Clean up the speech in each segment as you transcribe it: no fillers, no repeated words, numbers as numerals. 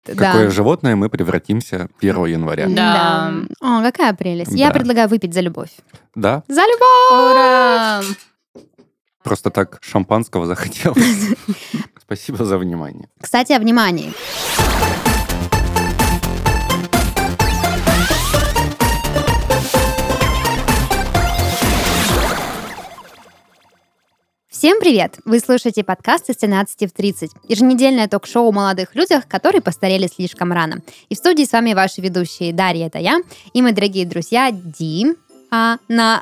какое животное мы превратимся 1 января. Да. О, какая прелесть. Я предлагаю выпить за любовь. Да? За любовь! Ура! Просто так шампанского захотелось. Спасибо за внимание. Кстати, о внимании. Всем привет! Вы слушаете подкаст «Из 13 в 30», еженедельное ток-шоу о молодых людях, которые постарели слишком рано. И в студии с вами ваши ведущие Дарья, это я, и мои дорогие друзья Ди, Анна.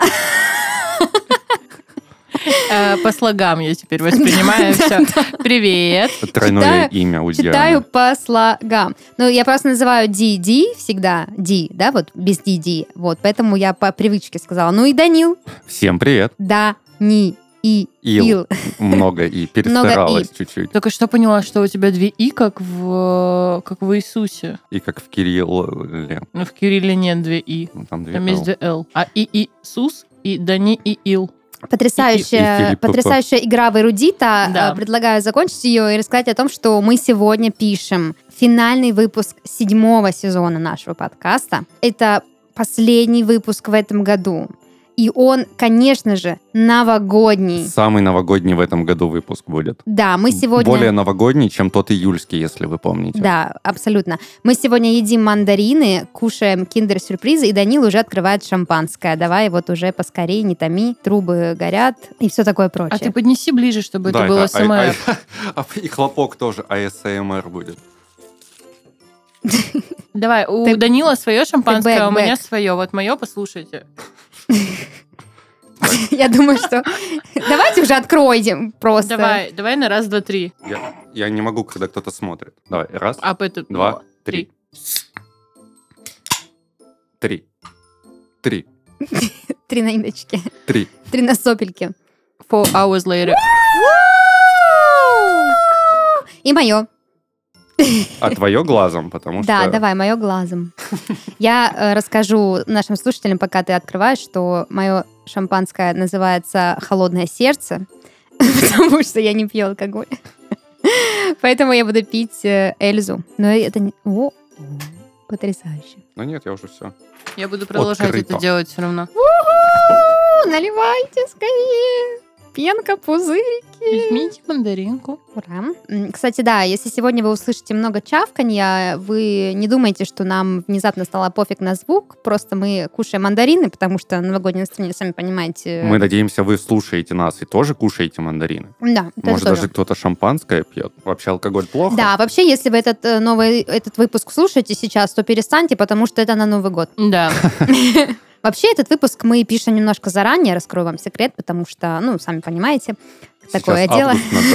По слогам я теперь воспринимаю все. Привет. Тройное имя у Дианы. Читаю по слогам. Ну, я просто называю Ди всегда. Ди, да, вот без Ди. Вот, поэтому я по привычке сказала. Ну и Данил. Всем привет. Да, ни. Ил. Много и. Перестаралась чуть-чуть. Только что поняла, что у тебя 2 «и», как в Иисусе. И как в Кирилле. Ну, в Кирилле нет 2 «и». Там 2 Там есть 2 «л». А Иисус, и Дани, и Ил. Потрясающая игра в эрудита. Да. Предлагаю закончить ее и рассказать о том, что мы сегодня пишем финальный выпуск 7-го сезона нашего подкаста. Это последний выпуск в этом году. И он, конечно же, новогодний. Самый новогодний в этом году выпуск будет. Да, мы сегодня... Более новогодний, чем тот июльский, если вы помните. Да, абсолютно. Мы сегодня едим мандарины, кушаем киндер-сюрпризы, и Данил уже открывает шампанское. Давай вот уже поскорее, не томи, трубы горят и все такое прочее. А ты поднеси ближе, чтобы это было СМР. И хлопок тоже АСМР будет. Давай, у Данила свое шампанское, а у меня свое. Вот мое, послушайте. Я думаю, что... Давайте уже откроем просто. Давай на 1, 2, 3. Я не могу, когда кто-то смотрит. Давай, 1, 2, 3. 3. 3. 3 на индочке. 3. 3 на сопельке. 4 hours later. И мое. А твое глазом, потому что... Да, давай, мое глазом. Я расскажу нашим слушателям, пока ты открываешь, что мое шампанское называется «Холодное сердце», потому что я не пью алкоголь. Поэтому я буду пить Эльзу. Но это не... О, потрясающе. Ну нет, я уже все. Я буду продолжать это делать все равно. Наливайте скорее. Пенка, пузырики. Возьмите мандаринку. Ура. Кстати, да, если сегодня вы услышите много чавканья, вы не думайте, что нам внезапно стало пофиг на звук, просто мы кушаем мандарины, потому что новогоднее настроение, сами понимаете. Мы надеемся, вы слушаете нас и тоже кушаете мандарины. Да, может, даже кто-то шампанское пьет. Вообще алкоголь плохо? Да, вообще, если вы этот выпуск слушаете сейчас, то перестаньте, потому что это на Новый год. Да. Вообще, этот выпуск мы пишем немножко заранее, раскрою вам секрет, потому что, ну, сами понимаете, такое дело.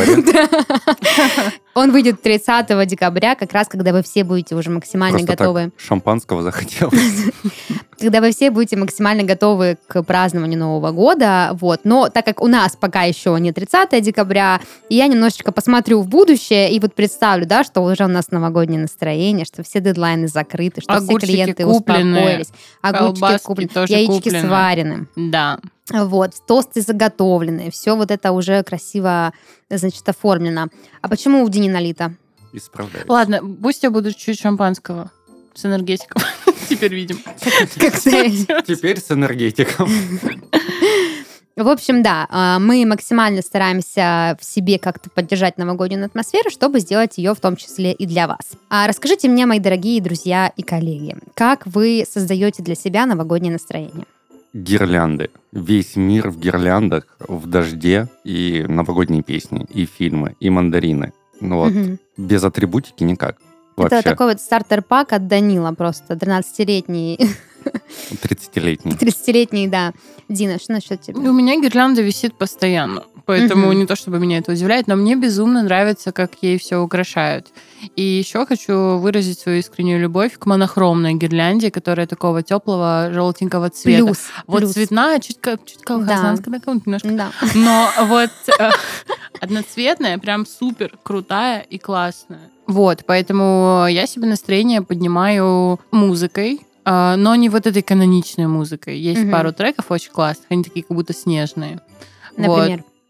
Он выйдет 30 декабря, как раз когда вы все будете уже максимально просто готовы. Так шампанского захотелось. Когда вы все будете максимально готовы к празднованию Нового года. Вот. Но так как у нас пока еще не 30 декабря, я немножечко посмотрю в будущее и вот представлю, да, что уже у нас новогоднее настроение, что все дедлайны закрыты, что огурчики все клиенты куплены, успокоились. Огурчики куплены, яички куплены. сварены. Да. Вот, тосты заготовлены, все вот это уже красиво, значит, оформлено. А почему у Дини налито? Исправляюсь. Ладно, пусть я буду чуть-чуть шампанского с энергетиком. Теперь видим. Теперь с энергетиком. В общем, да, мы максимально стараемся в себе как-то поддержать новогоднюю атмосферу, чтобы сделать ее в том числе и для вас. А расскажите мне, мои дорогие друзья и коллеги, как вы создаете для себя новогоднее настроение? Гирлянды. Весь мир в гирляндах, в дожде, и новогодние песни, и фильмы, и мандарины. Ну вот, без атрибутики никак. Вообще. Это такой вот стартер-пак от Данила просто, 13-летний. 30-летний. 30-летний, да. Дина, что насчет тебя? У меня гирлянда висит постоянно. Поэтому не то, чтобы меня это удивляет, но мне безумно нравится, как ей все украшают. И еще хочу выразить свою искреннюю любовь к монохромной гирлянде, которая такого теплого желтенького цвета. Вот цветная, чуть колхозанская, немножко. Да. Но вот одноцветная, прям супер крутая и классная. Вот, поэтому я себе настроение поднимаю музыкой, но не вот этой каноничной музыкой. Есть пару треков очень классных, они такие как будто снежные. Например?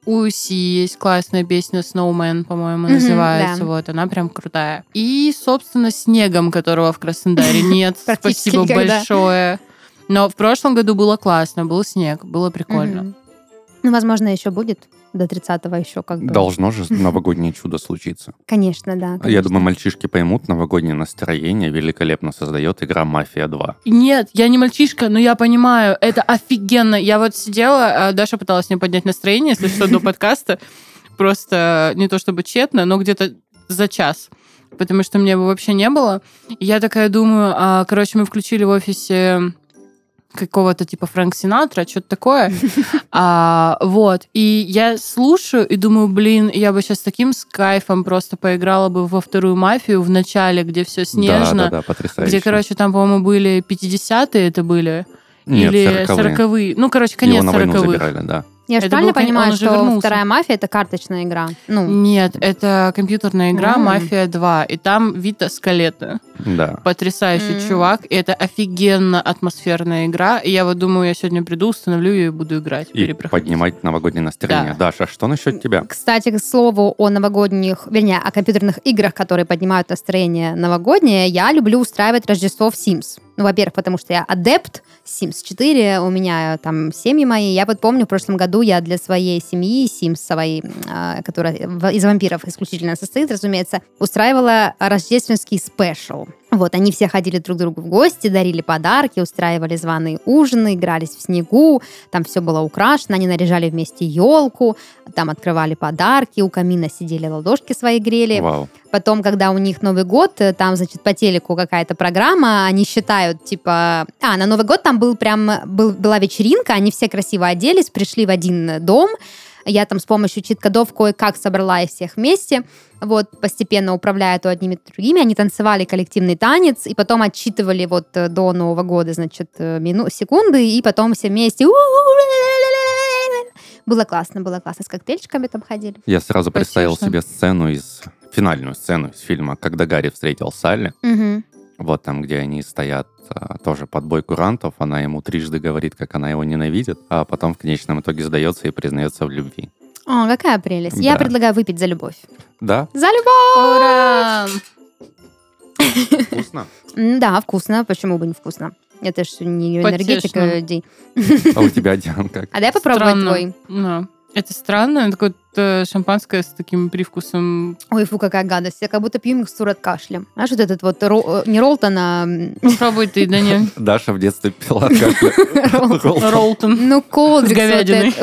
У Си есть классная песня «Snowman», по-моему, называется. Да. Вот, она прям крутая. И, собственно, «Снегом», которого в Краснодаре нет. Практически Спасибо никогда. большое. Но в прошлом году было классно, был снег, было прикольно. Ну, возможно, еще будет. До 30-го еще как бы. Должно же новогоднее чудо случиться. Конечно, да. Я конечно. думаю, мальчишки поймут, новогоднее настроение великолепно создает игра «Мафия 2». Нет, я не мальчишка, но я понимаю, это офигенно. Я вот сидела, Даша пыталась мне поднять настроение, если что, до подкаста. Просто не то чтобы тщетно, но где-то за час. Потому что мне его вообще не было. И я такая думаю, короче, мы включили в офисе какого-то типа Фрэнк Синатра, что-то такое. Вот. И я слушаю и думаю, блин, я бы сейчас таким с кайфом просто поиграла бы во вторую «Мафию» в начале, где все снежно. Да, потрясающе. Где, короче, там, по-моему, были 50-е это были. Нет, или 40-е. 40-е. Ну, короче, конец Его на войну 40-х. забирали, да. Я же Это правильно был, он понимаю, уже что вернулся. вторая «Мафия» — это карточная игра? Ну, Нет, это компьютерная игра М. «Мафия 2», и там Вита Скалетто. Да. Потрясающий чувак, и это офигенно атмосферная игра, и я вот думаю, я сегодня приду, установлю ее и буду играть. И перепроходить. поднимать новогоднее настроение. Да. Даша, что насчет тебя? Кстати, к слову о новогодних, вернее, о компьютерных играх, которые поднимают настроение новогоднее, я люблю устраивать Рождество в Sims. Ну, во-первых, потому что я адепт Sims 4, у меня там семьи мои. Я вот помню, в прошлом году я для своей семьи, Симсовой, которая из вампиров исключительно состоит, разумеется, устраивала рождественский спешл. Вот, они все ходили друг к другу в гости, дарили подарки, устраивали званые ужины, игрались в снегу, там все было украшено, они наряжали вместе елку, там открывали подарки, у камина сидели, ладошки свои грели. Вау. Потом, когда у них Новый год, там, значит, по телеку какая-то программа, они считают, типа... на Новый год там была вечеринка, они все красиво оделись, пришли в один дом. Я там с помощью чит-кодов кое-как собрала их всех вместе. Вот, постепенно управляя то одними, то другими. Они танцевали коллективный танец, и потом отсчитывали вот до Нового года, значит, секунды, и потом все вместе... Было классно, с коктейльчиками там ходили. Я сразу представил Потешно. себе финальную сцену из фильма «Когда Гарри встретил Салли». Угу. Вот там, где они стоят тоже под бой курантов, она ему трижды говорит, как она его ненавидит, а потом в конечном итоге сдается и признается в любви. О, какая прелесть. Я Да. предлагаю выпить за любовь. Да, За любовь! Ура! вкусно. Да, вкусно. Почему бы не вкусно? Это ж не энергетика. Потешно. Ди. А у тебя, Диан, как? А дай попробовать Странно. твой. Да. Это странно, это такое шампанское с таким привкусом. Ой, фу, какая гадость. Я как будто пью микстуру от кашля. Знаешь, вот этот вот, не Ролтон, а... Попробуй ты, Даня. Даша в детстве пила кашля. Роллтон. Роллтон. Ну, колдрикс. С говядиной.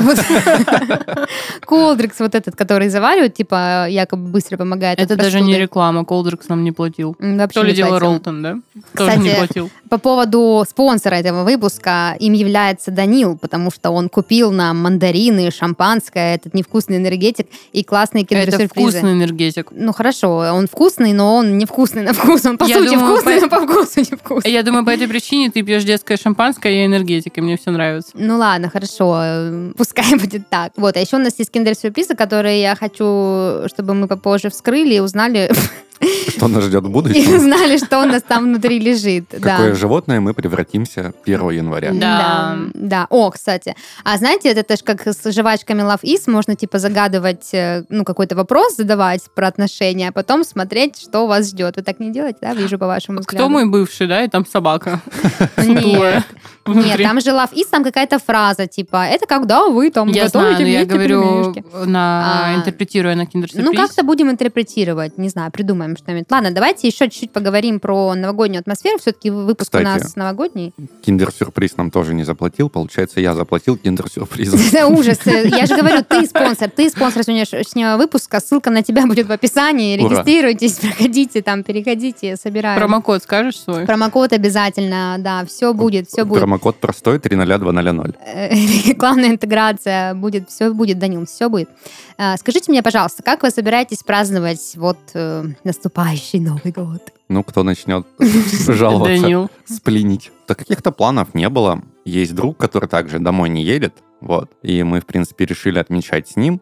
Колдрикс вот этот, который заваривают, типа, якобы быстро помогает от Это даже не простуды. реклама, Колдрикс нам не платил. Вообще То ли не дело платил. Роллтон, да? Тоже не Кстати, платил. По поводу спонсора этого выпуска, им является Данил, потому что он купил нам мандарины, шампанское, этот невкусный энергетик и классные Это киндер-сюрпризы. вкусный энергетик. Ну хорошо, он вкусный, но он невкусный на вкус. Он по Я сути думаю, вкусный, но по вкусу невкусный. Я думаю, по этой причине ты пьешь детское шампанское, я энергетик, и мне все нравится. Ну ладно, хорошо, пускай будет так. Вот, а еще у нас есть киндер-сюрпризы, которые я хочу, чтобы мы попозже вскрыли и узнали, Что нас ждет в и будущем? узнали, что у нас там внутри лежит. Какое Да. животное мы превратимся 1 января? Да. Да. О, кстати. А знаете, это ж как с жвачками Love Is, можно типа загадывать, ну, какой-то вопрос задавать про отношения, а потом смотреть, что вас ждет. Вы так не делаете, да? Вижу по вашему взгляду. Кто мой бывший, да? И там собака. Нет. Сутулая. Нет, Внутри. там же Love Is, там какая-то фраза, типа, это когда вы там Я готовите знаю, но я вместе говорю, пельмешки. интерпретируя на киндер-сюрприз. Ну, как-то будем интерпретировать, не знаю, придумаем что-нибудь. Ладно, давайте еще чуть-чуть поговорим про новогоднюю атмосферу. Все-таки выпуск у Кстати, нас новогодний. Киндер-сюрприз нам тоже не заплатил. Получается, я заплатил киндер-сюрпризу. Это ужас. Я же говорю, ты спонсор сегодняшнего выпуска. Ссылка на тебя будет в описании. Ура. Регистрируйтесь, проходите там, переходите, собираем. Промокод скажешь свой? Промокод обязательно, да, все будет, все будет. Промокод простой 30200. Рекламная интеграция будет, все будет, Данил, все будет. Скажите мне, пожалуйста, как вы собираетесь праздновать вот наступающий Новый год? Ну, кто начнет жаловаться, Данил. сплинить? Да каких-то планов не было. Есть друг, который также домой не едет. Вот. И мы, в принципе, решили отмечать с ним.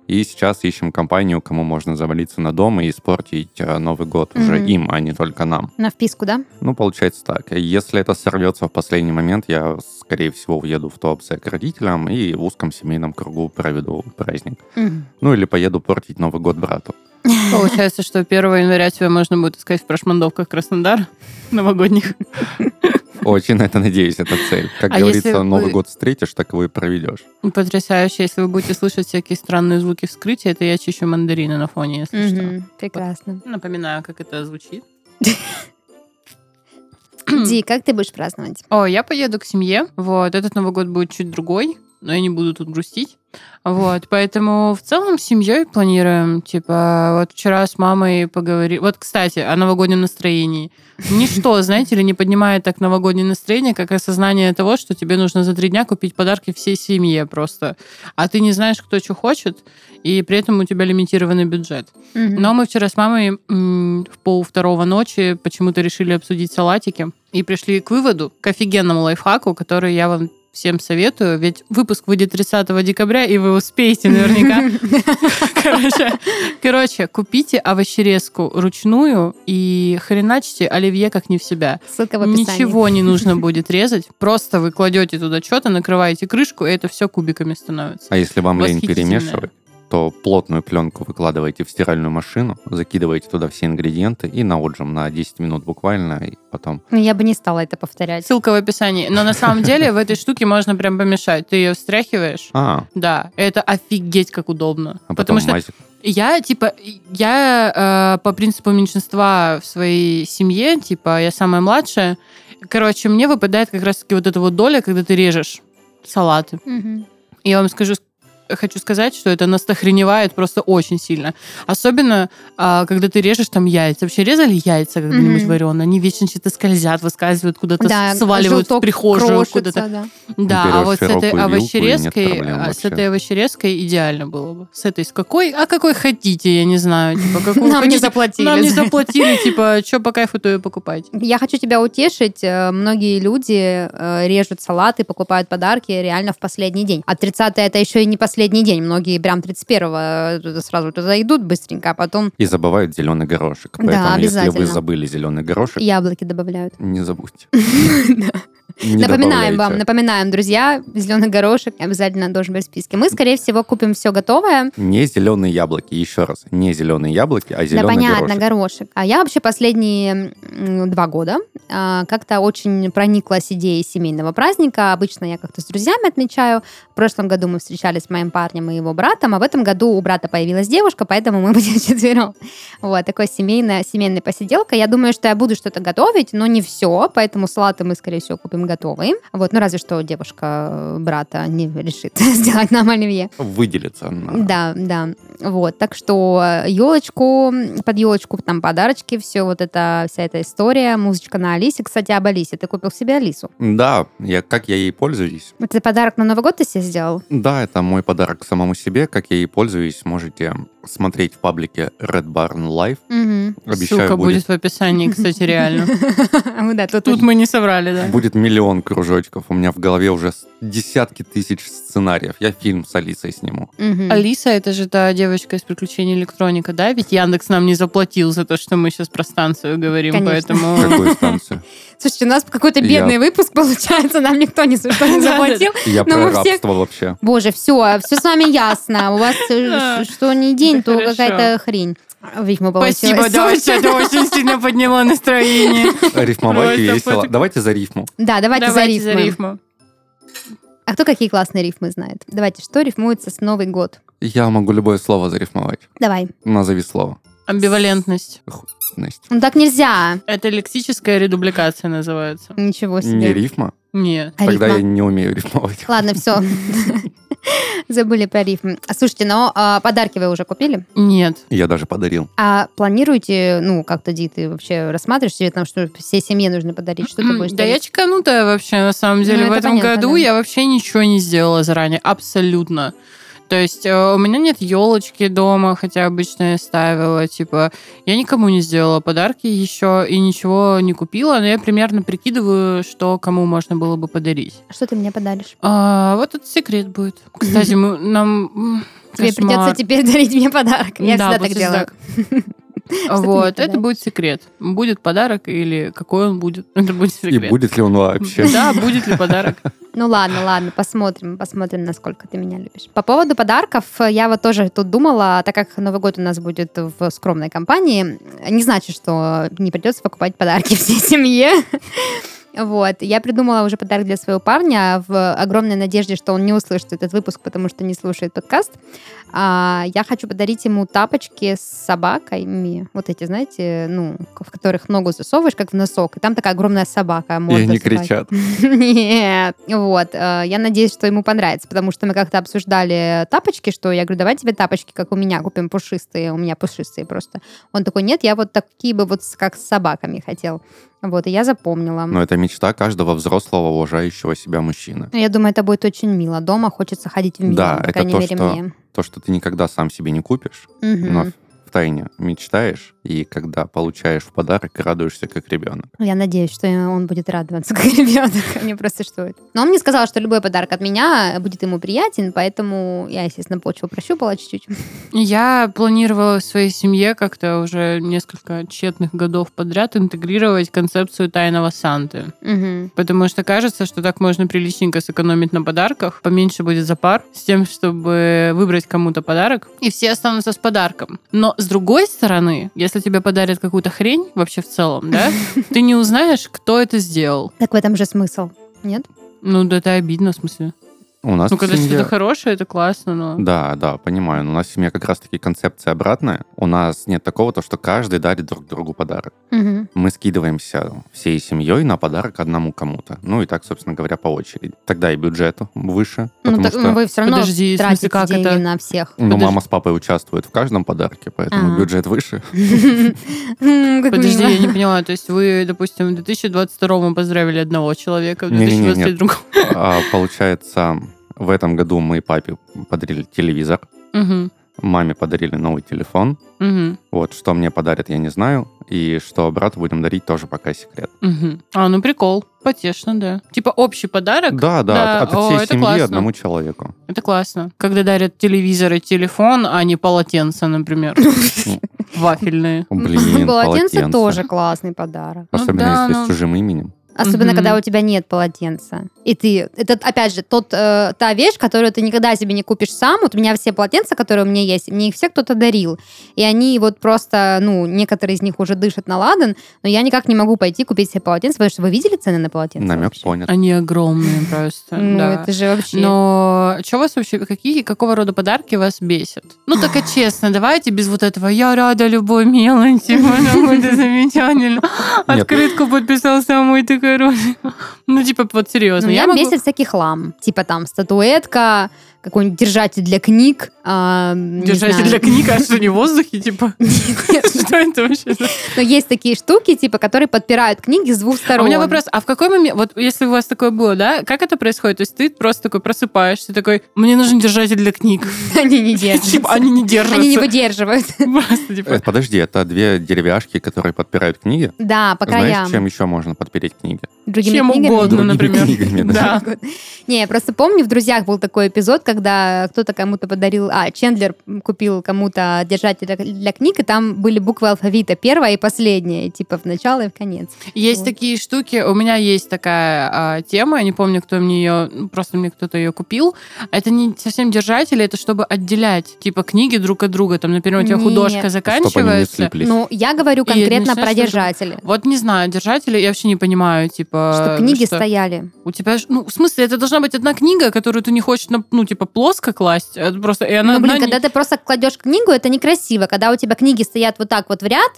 И сейчас ищем компанию, кому можно завалиться на дом и испортить Новый год уже им, а не только нам. На вписку, да? Ну, получается так. Если это сорвется в последний момент, я, скорее всего, уеду в Туапсе к родителям и в узком семейном кругу проведу праздник. Ну, или поеду портить Новый год брату. Получается, что 1 января тебя можно будет искать в прошмандовках Краснодар новогодних. Очень на это надеюсь, это цель. Как говорится, Новый год встретишь, так его и проведешь. Потрясающе. Если вы будете слышать всякие странные звуки вскрытия, это я чищу мандарины на фоне, если что. Прекрасно. Напоминаю, как это звучит. Ди, как ты будешь праздновать? Я поеду к семье. Вот. Этот Новый год будет чуть другой, но я не буду тут грустить. Вот, поэтому в целом с семьей планируем. Типа, вот вчера с мамой поговорили. Вот, кстати, о новогоднем настроении. Ничто, знаете ли, не поднимает так новогоднее настроение, как осознание того, что тебе нужно за 3 дня купить подарки всей семье просто. А ты не знаешь, кто что хочет, и при этом у тебя лимитированный бюджет. Но мы вчера с мамой в 1:30 ночи почему-то решили обсудить салатики и пришли к выводу, к офигенному лайфхаку, который я вам всем советую, ведь выпуск выйдет 30 декабря, и вы успеете наверняка. Короче, купите овощерезку ручную и хреначьте оливье как не в себя. Ссылка в описании. Ничего не нужно будет резать, просто вы кладете туда что-то, накрываете крышку, и это все кубиками становится. А если вам лень перемешивать, то плотную пленку выкладываете в стиральную машину, закидываете туда все ингредиенты и на отжим на 10 минут буквально, и потом... Я бы не стала это повторять. Ссылка в описании. Но на самом деле в этой штуке можно прям помешать. Ты ее встряхиваешь. Да, это офигеть как удобно. А потому что мазик. Я по принципу меньшинства в своей семье, я самая младшая, короче, мне выпадает как раз-таки вот эта вот доля, когда ты режешь салаты. Я вам хочу сказать, что это нас охреневает просто очень сильно. Особенно, когда ты режешь там яйца. Вообще резали яйца когда-нибудь вареные? Они вечно что-то скользят, выскальзывают куда-то, сваливают в прихожую куда-то. Да, а вот с этой овощерезкой идеально было бы. С этой с какой? А какой хотите, я не знаю. Нам не заплатили. Нам не заплатили, что по кайфу, то и покупайте. Я хочу тебя утешить. Многие люди режут салаты, покупают подарки реально в последний день. А 30-е это еще и не последний день. Многие прям 31-го сразу туда идут быстренько, а потом... И забывают зеленый горошек. Поэтому, если вы забыли зеленый горошек... Яблоки добавляют. Не забудьте. Напоминаем, друзья, зеленый горошек обязательно должен быть в списке. Мы, скорее всего, купим все готовое. Не зеленые яблоки, еще раз. Не зеленые яблоки, а зеленый горошек. Да, понятно, горошек. А я вообще последние 2 года как-то очень прониклась идеей семейного праздника. Обычно я как-то с друзьями отмечаю. В прошлом году мы встречались с моим парнем и его братом, а в этом году у брата появилась девушка, поэтому мы будем 4. Вот, такая семейная посиделка. Я думаю, что я буду что-то готовить, но не все, поэтому салаты мы, скорее всего, купим готовые. Вот, разве что девушка брата не решит сделать нам оливье. Выделиться. Да. Вот, так что под елочку там подарочки, вся эта история, музычка на Алисе. Кстати, об Алисе. Ты купил себе Алису? Да, как я ей пользуюсь. Это подарок на Новый год ты себе сделал? Да, это мой подарок самому себе. Как я ей пользуюсь, можете смотреть в паблике Red Barn Live. Обещаю, ссылка будет в описании, кстати, реально. Тут мы не соврали, да. Будет миллион кружочков. У меня в голове уже десятки тысяч сценариев. Я фильм с Алисой сниму. Алиса, это же та девочка из «Приключений электроника», да? Ведь Яндекс нам не заплатил за то, что мы сейчас про станцию говорим, поэтому... Какую станцию? Слушайте, у нас какой-то бедный выпуск получается, нам никто ни за что не заплатил. Я про рабство вообще. Боже, все с вами ясно. У вас что ни день, то какая-то хрень. Спасибо, да, это очень сильно подняло настроение. Рифмовать весело. Давайте за рифму. Да, давайте за рифму. А кто какие классные рифмы знает? Давайте, что рифмуется с Новый год? Я могу любое слово зарифмовать. Давай. Назови слово. Амбивалентность. Ну так нельзя. Это лексическая редубликация называется. Ничего себе. Не рифма? Нет. Тогда я не умею рифмовать. Ладно, все. Забыли про рифмы. Слушайте, но подарки вы уже купили? Нет. Я даже подарил. А планируете, как-то, Ди, ты вообще рассматриваешь себе там, что всей семье нужно подарить? Что ты будешь дарить? Да я чеканутая вообще, на самом деле. В этом году я вообще ничего не сделала заранее. Абсолютно. То есть у меня нет елочки дома, хотя обычно я ставила. Типа, я никому не сделала подарки еще и ничего не купила, но я примерно прикидываю, что кому можно было бы подарить. Что ты мне подаришь? Вот этот секрет будет. Кстати, нам... Тебе придется теперь дарить мне подарок. Я всегда так делаю. Вот, это будет секрет. Будет подарок или какой он будет, это будет секрет. И будет ли он вообще? Да, будет ли подарок. Ну ладно, посмотрим, насколько ты меня любишь. По поводу подарков, я вот тоже тут думала, так как Новый год у нас будет в скромной компании, не значит, что не придется покупать подарки всей семье. Вот. Я придумала уже подарок для своего парня в огромной надежде, что он не услышит этот выпуск, потому что не слушает подкаст. Я хочу подарить ему тапочки с собаками. Вот эти, знаете, в которых ногу засовываешь, как в носок. И там такая огромная собака. И они кричат. Нет. Вот. Я надеюсь, что ему понравится, потому что мы как-то обсуждали тапочки, что я говорю, давай тебе тапочки, как у меня, купим пушистые. У меня пушистые просто. Он такой, нет, я вот такие бы вот как с собаками хотел. Вот, и я запомнила. Но это мечта каждого взрослого, уважающего себя мужчины. Я думаю, это будет очень мило. Дома хочется ходить в милом, да, по крайней мере, мне. То, что ты никогда сам себе не купишь, но втайне мечтаешь, и когда получаешь в подарок, радуешься как ребенок. Я надеюсь, что он будет радоваться как ребенок, а не просто что это. Но он мне сказал, что любой подарок от меня будет ему приятен, поэтому я, естественно, почву прощупала чуть-чуть. Я планировала в своей семье как-то уже несколько тщетных годов подряд интегрировать концепцию тайного Санты. Потому что кажется, что так можно приличненько сэкономить на подарках, поменьше будет запар с тем, чтобы выбрать кому-то подарок, и все останутся с подарком. Но с другой стороны, если тебе подарят какую-то хрень вообще в целом, да, ты не узнаешь, кто это сделал. Так в этом же смысл, нет? Ну, да, это обидно, в смысле. У нас когда семье... что-то хорошее, это классно, но... Да, понимаю. Но у нас в семье как раз-таки концепция обратная. У нас нет такого, то, что каждый дарит друг другу подарок. Мы скидываемся всей семьей на подарок одному кому-то. Ну и так, собственно говоря, по очереди. Тогда и бюджет выше. Ну, вы все равно Подожди, тратите как деньги это? на всех. Ну, мама с папой участвуют в каждом подарке, поэтому бюджет выше. Подожди, я не поняла. То есть вы, допустим, в 2022 поздравили одного человека, в 2023 другого? Получается... В этом году мы папе подарили телевизор, маме подарили новый телефон. Вот, что мне подарят, я не знаю. И что брату будем дарить, тоже пока секрет. Ну прикол. Потешно, да. Типа общий подарок? Да, от всей семьи классно. одному человеку. Это классно. Когда дарят телевизор и телефон, а не полотенца, например. Вафельные. Блин, полотенце тоже классный подарок. Особенно если с чужим именем. Особенно, когда у тебя нет полотенца. И ты... Это, опять же, та вещь, которую ты никогда себе не купишь сам. Вот у меня все полотенца, которые у меня есть, мне их все кто-то дарил. И они вот просто... некоторые из них уже дышат на ладан, но я никак не могу пойти купить себе полотенце, потому что вы видели цены на полотенца? Намек вообще? понят. Они огромные просто. Да. Это же вообще... Но что вас вообще... Какого рода подарки вас бесят? Так честно, давайте без вот этого «я рада любой мелочи, это замечательно». Открытку подписал самый ты короче. Вот серьезно. Меня бесит всякий хлам. Типа там статуэтка, какой-нибудь держатель для книг. Держатель для книг, а что, не в воздухе, типа? Что это вообще? Но есть такие штуки, типа, которые подпирают книги с двух сторон. У меня вопрос, а в какой момент, вот если у вас такое было, да, как это происходит? То есть ты просто такой просыпаешься, такой, мне нужен держатель для книг. Они не держатся. Они не держатся. Они не выдерживают. Подожди, это две деревяшки, которые подпирают книги? Да, по краям. Знаешь, чем еще можно подпереть книги? Чем угодно, например. Да. Не, я просто помню, в «Друзьях» был такой эпизод, когда кто-то кому-то подарил... Чендлер купил кому-то держатель для книг, и там были буквы алфавита, первая и последняя, типа в начало и в конец. Есть такие штуки, у меня есть такая тема, я не помню, кто мне ее... Просто мне кто-то ее купил. Это не совсем держатели, это чтобы отделять, типа, книги друг от друга. Там, например, у тебя художка заканчивается. Чтобы они не слиплись. Ну, я говорю конкретно про держатели. Вот не знаю, держатели я вообще не понимаю, типа... Чтобы книги стояли. У тебя... в смысле, это должна быть одна книга, которую ты не хочешь, плоско класть. Это просто... И она, когда ты просто кладешь книгу, это некрасиво. Когда у тебя книги стоят вот так вот в ряд,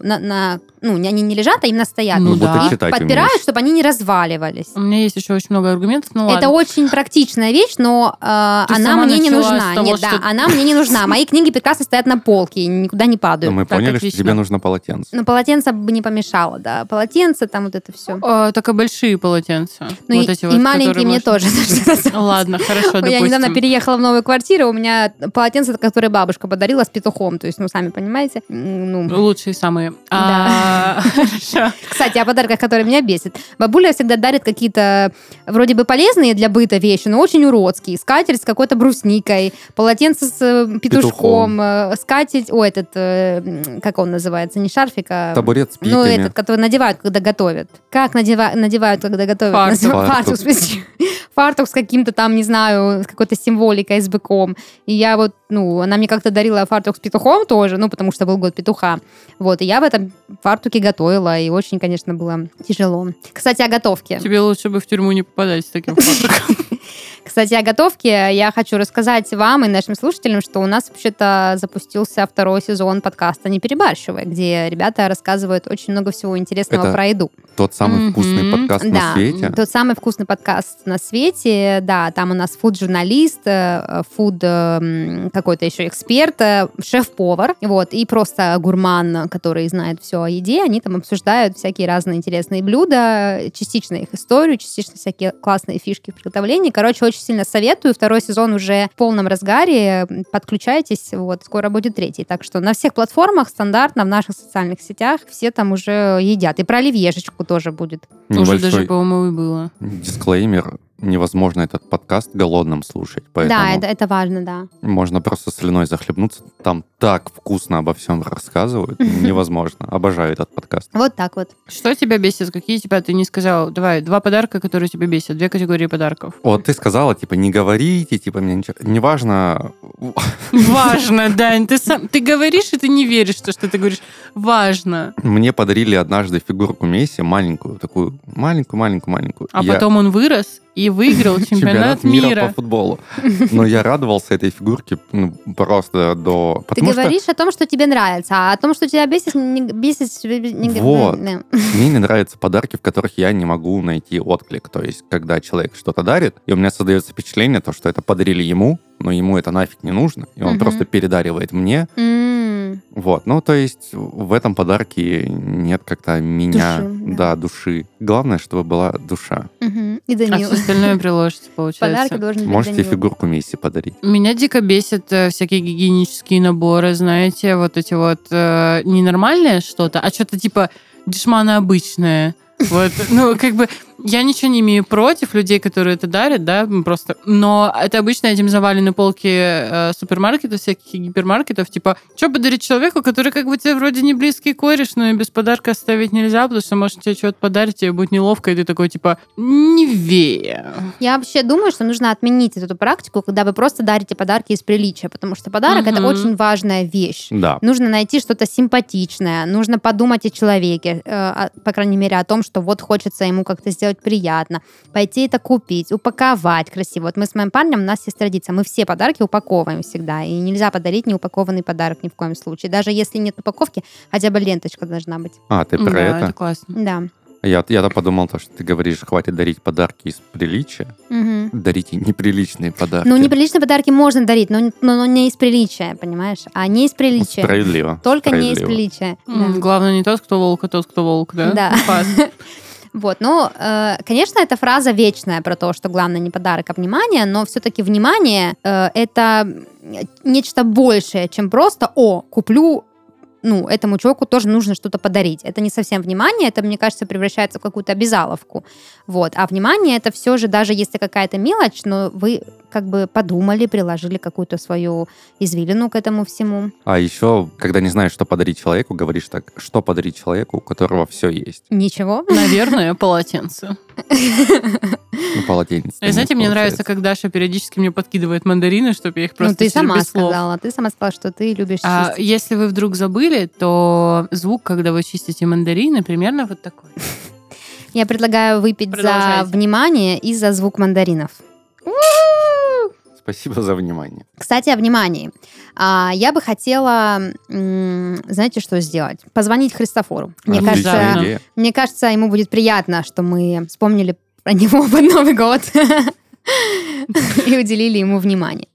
они не лежат, а именно стоят. И подпирают, чтобы они не разваливались. У меня есть еще очень много аргументов, Это очень практичная вещь, но она мне не нужна. Она мне не нужна. Мои книги прекрасно стоят на полке и никуда не падают. Но мы поняли, что тебе нужно полотенце. Но полотенце бы не помешало, да. Полотенце, там вот это все. Только большие полотенца. И маленькие мне тоже. Ладно, хорошо, Я недавно переехала в новую квартиру, у меня полотенце, которое бабушка подарила с петухом. То есть, сами понимаете. Лучшие самые. Да. Хорошо. Кстати, о подарках, которые меня бесит. Бабуля всегда дарит какие-то вроде бы полезные для быта вещи, но очень уродские. Скатерть с какой-то брусникой, полотенце с петушком, скатерть, как он называется, не шарфик, а... Табурет с питами. этот, который надевают, когда готовят. Как надевают, когда готовят? Фартук. Фартук с каким-то там, не знаю, с какой-то символикой, с быком. И я она мне как-то дарила фартук с петухом тоже, потому что был год петуха. И я в этом фартуке готовила, и очень, конечно, было тяжело. Кстати, о готовке. Тебе лучше бы в тюрьму не попадать с таким фартуком. Кстати, о готовке я хочу рассказать вам и нашим слушателям, что у нас вообще-то запустился 2-й сезон подкаста «Не перебарщивай», где ребята рассказывают очень много всего интересного про еду. Тот самый вкусный подкаст на свете? Да, тот самый вкусный подкаст на свете. Да, там у нас фуд-журналист, фуд какой-то еще эксперт, шеф-повар, и просто гурман, который знает все о еде. Они там обсуждают всякие разные интересные блюда, частично их историю, частично всякие классные фишки в приготовлении. Короче, очень сильно советую. 2-й сезон уже в полном разгаре. Подключайтесь. Скоро будет 3-й. Так что на всех платформах стандартно, в наших социальных сетях все там уже едят. И про оливьешечку тоже будет. Уже даже, по-моему, и было. Дисклеймер. Невозможно этот подкаст голодным слушать. Поэтому да, это важно, да. Можно просто слюной захлебнуться. Там так вкусно обо всем рассказывают. Невозможно. Обожаю этот подкаст. Вот так вот. Что тебя бесит? Какие тебя ты не сказал? Давай, 2 подарка, которые тебя бесят. 2 категории подарков. Ты сказала, не говорите, мне ничего. Неважно. Важно, Дань. Ты говоришь, и ты не веришь, что ты говоришь. Важно. Мне подарили однажды фигурку Месси, маленькую, такую маленькую. А потом он вырос и выиграл чемпионат мира по футболу. Но я радовался этой фигурке просто до... Ты говоришь о том, что тебе нравится, а о том, что тебя бесит, не вот. Мне не нравятся подарки, в которых я не могу найти отклик. То есть, когда человек что-то дарит, и у меня создается впечатление, что это подарили ему, но ему это нафиг не нужно, и он просто передаривает мне. То есть в этом подарке нет как-то меня, души. Главное, чтобы была душа. И Данил. А все остальное приложится, получается. Подарки должен быть Можете Данил. фигурку Месси подарить. Меня дико бесят всякие гигиенические наборы, знаете, эти не нормальное что-то, а что-то типа дешмана обычное. Я ничего не имею против людей, которые это дарят, да, просто. Но это обычно этим завалены полки супермаркетов, всяких гипермаркетов. Что подарить человеку, который тебе вроде не близкий кореш, но и без подарка оставить нельзя, потому что, может, тебе что-то подарить, тебе будет неловко, и ты такой, невея. Я вообще думаю, что нужно отменить эту практику, когда вы просто дарите подарки из приличия, потому что подарок это очень важная вещь. Да. Нужно найти что-то симпатичное, нужно подумать о человеке, по крайней мере, о том, что хочется ему как-то сделать приятно, пойти это купить, упаковать красиво. Мы с моим парнем, у нас есть традиция, мы все подарки упаковываем всегда, и нельзя подарить неупакованный подарок ни в коем случае. Даже если нет упаковки, хотя бы ленточка должна быть. Ты про это? Это классно. Да. Я-то подумал, что ты говоришь, хватит дарить подарки из приличия. Дарите неприличные подарки. Неприличные подарки можно дарить, но не из приличия, понимаешь? А не из приличия. Справедливо. Только не из приличия. Главное не тот, кто волк, а тот, кто волк, да? Да. Конечно, эта фраза вечная про то, что главное не подарок, а внимание, но все-таки внимание это нечто большее, чем просто куплю этому человеку тоже нужно что-то подарить. Это не совсем внимание, это, мне кажется, превращается в какую-то обязаловку. А внимание это все же, даже если какая-то мелочь, но вы подумали, приложили какую-то свою извилину к этому всему. А еще, когда не знаешь, что подарить человеку, говоришь так, что подарить человеку, у которого все есть? Ничего. Наверное, полотенце. Полотенце. Знаете, мне нравится, как Даша периодически мне подкидывает мандарины, чтобы я их просто ты сама без слов. сказала. Ты сама сказала, что ты любишь чистить. Если вы вдруг забыли, то звук, когда вы чистите мандарины, примерно вот такой. Я предлагаю выпить за внимание и за звук мандаринов. Спасибо за внимание. Кстати, о внимании. Я бы хотела, знаете, что сделать? Позвонить Христофору. Мне кажется, ему будет приятно, что мы вспомнили про него под Новый год и уделили ему внимание.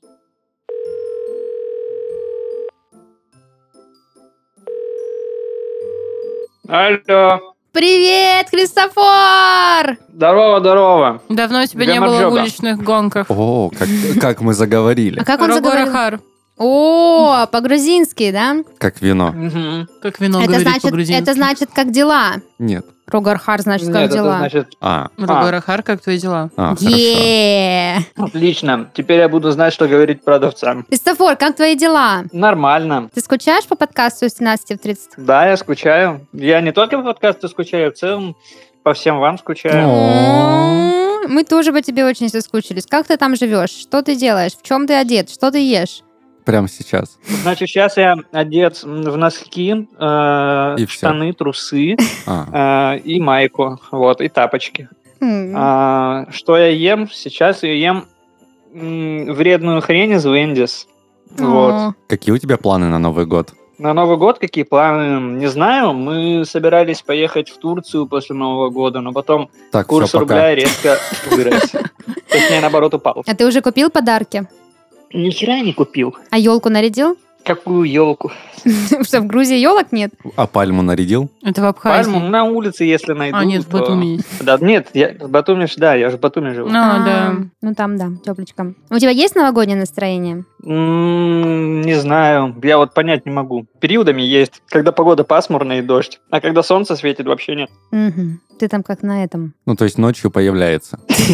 Алло. Привет, Христофор! Здорово. Давно тебя не было в уличных гонках. О, как мы заговорили. А как он заговорил? Рогор-Ахар. О, по-грузински, да? Как вино. Как вино Это говорит значит, по-грузински. это значит, как дела? Нет. Рогор-Ахар значит, Нет, как это дела? значит... Рогор-Ахар, как твои дела? Хорошо. Е-е-е. Отлично. Теперь я буду знать, что говорить продавцам. Христофор, как твои дела? Нормально. Ты скучаешь по подкасту с 17 в 30? Да, я скучаю. Я не только по подкасту скучаю, в целом по всем вам скучаю. Мы тоже по тебе очень соскучились. Как ты там живешь? Что ты делаешь? В чем ты одет? Что ты ешь? Прямо сейчас. Значит, сейчас я одет в носки, И всё. штаны, трусы и майку, вот, и тапочки. Что я ем? Сейчас я ем вредную хрень из Вендис. Вот. Какие у тебя планы на Новый год? На Новый год какие планы? Не знаю. Мы собирались поехать в Турцию после Нового года, но потом Так, курс всё, пока. рубля резко вырос. Точнее, наоборот, упал. А ты уже купил подарки? Ни хера не купил. А елку нарядил? Какую елку? Что, в Грузии елок нет? А пальму нарядил? Это в Абхазии. Пальму на улице, если найду. А, нет, в то- Батуми есть. Да, нет, я в Батуми, да, я же в Батуми живу. Да. Ну там, да, тепличко. У тебя есть новогоднее настроение? Не знаю, я вот понять не могу. Периодами есть, когда погода пасмурная и дождь, а когда солнце светит, вообще нет. Мгм. Ты там как на этом. Ну, то есть ночью появляется.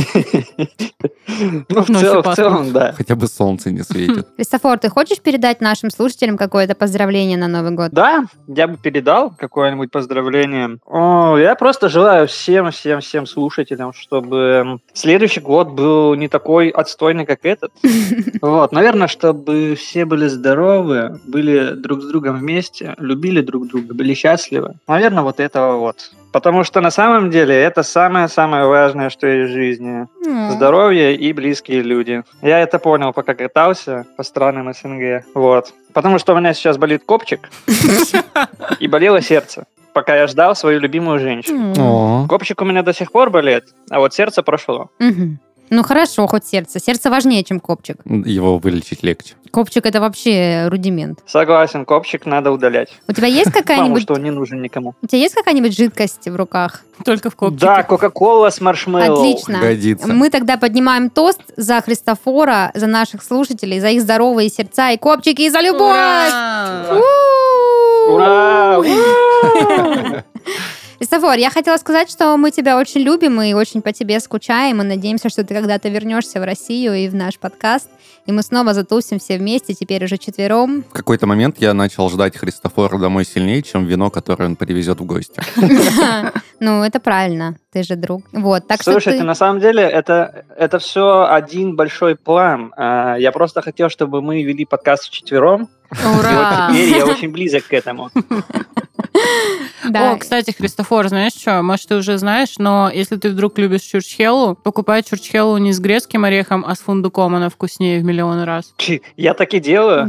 Ну, в Ночью целом, да. Хотя бы солнце не светит. Христофор, ты хочешь передать нашим слушателям какое-то поздравление на Новый год? Да, я бы передал какое-нибудь поздравление. Я просто желаю всем слушателям, чтобы следующий год был не такой отстойный, как этот. Вот, наверное, чтобы все были здоровы, были друг с другом вместе, любили друг друга, были счастливы. Наверное, вот этого вот. Потому что на самом деле это самое-самое важное, что есть в жизни. Здоровье и близкие люди. Я это понял, пока катался по странам СНГ. Вот. Потому что у меня сейчас болит копчик и болело сердце, пока я ждал свою любимую женщину. О, Копчик у меня до сих пор болит, а вот сердце прошло. Мгм. Ну хорошо, хоть сердце. Сердце важнее, чем копчик. его вылечить легче. Копчик это вообще рудимент. Согласен, копчик надо удалять. У тебя есть Потому какая-нибудь... что он не нужен никому. У тебя есть какая-нибудь жидкость в руках? Только в копчике. Да, кока-кола с маршмеллоу. Отлично. Годится. Мы тогда поднимаем тост за Христофора, за наших слушателей, за их здоровые сердца и копчики, и за любовь! Ура! Ура! Христофор, я хотела сказать, что мы тебя очень любим и очень по тебе скучаем, и надеемся, что ты когда-то вернешься в Россию и в наш подкаст, и мы снова затусим все вместе, теперь уже четвером. В какой-то момент я начал ждать Христофора домой сильнее, чем вино, которое он привезет в гости. Ну, это правильно, ты же друг. Вот, так Слушайте, что ты... на самом деле это все один большой план. Я просто хотел, чтобы мы вели подкаст вчетвером. И вот Ура! теперь я очень близок к этому. Да. О, кстати, Христофор, знаешь что? Может, ты уже знаешь, но если ты вдруг любишь чурчхеллу, покупай чурчхеллу не с грецким орехом, а с фундуком. Она вкуснее в миллион раз. Я так и делаю.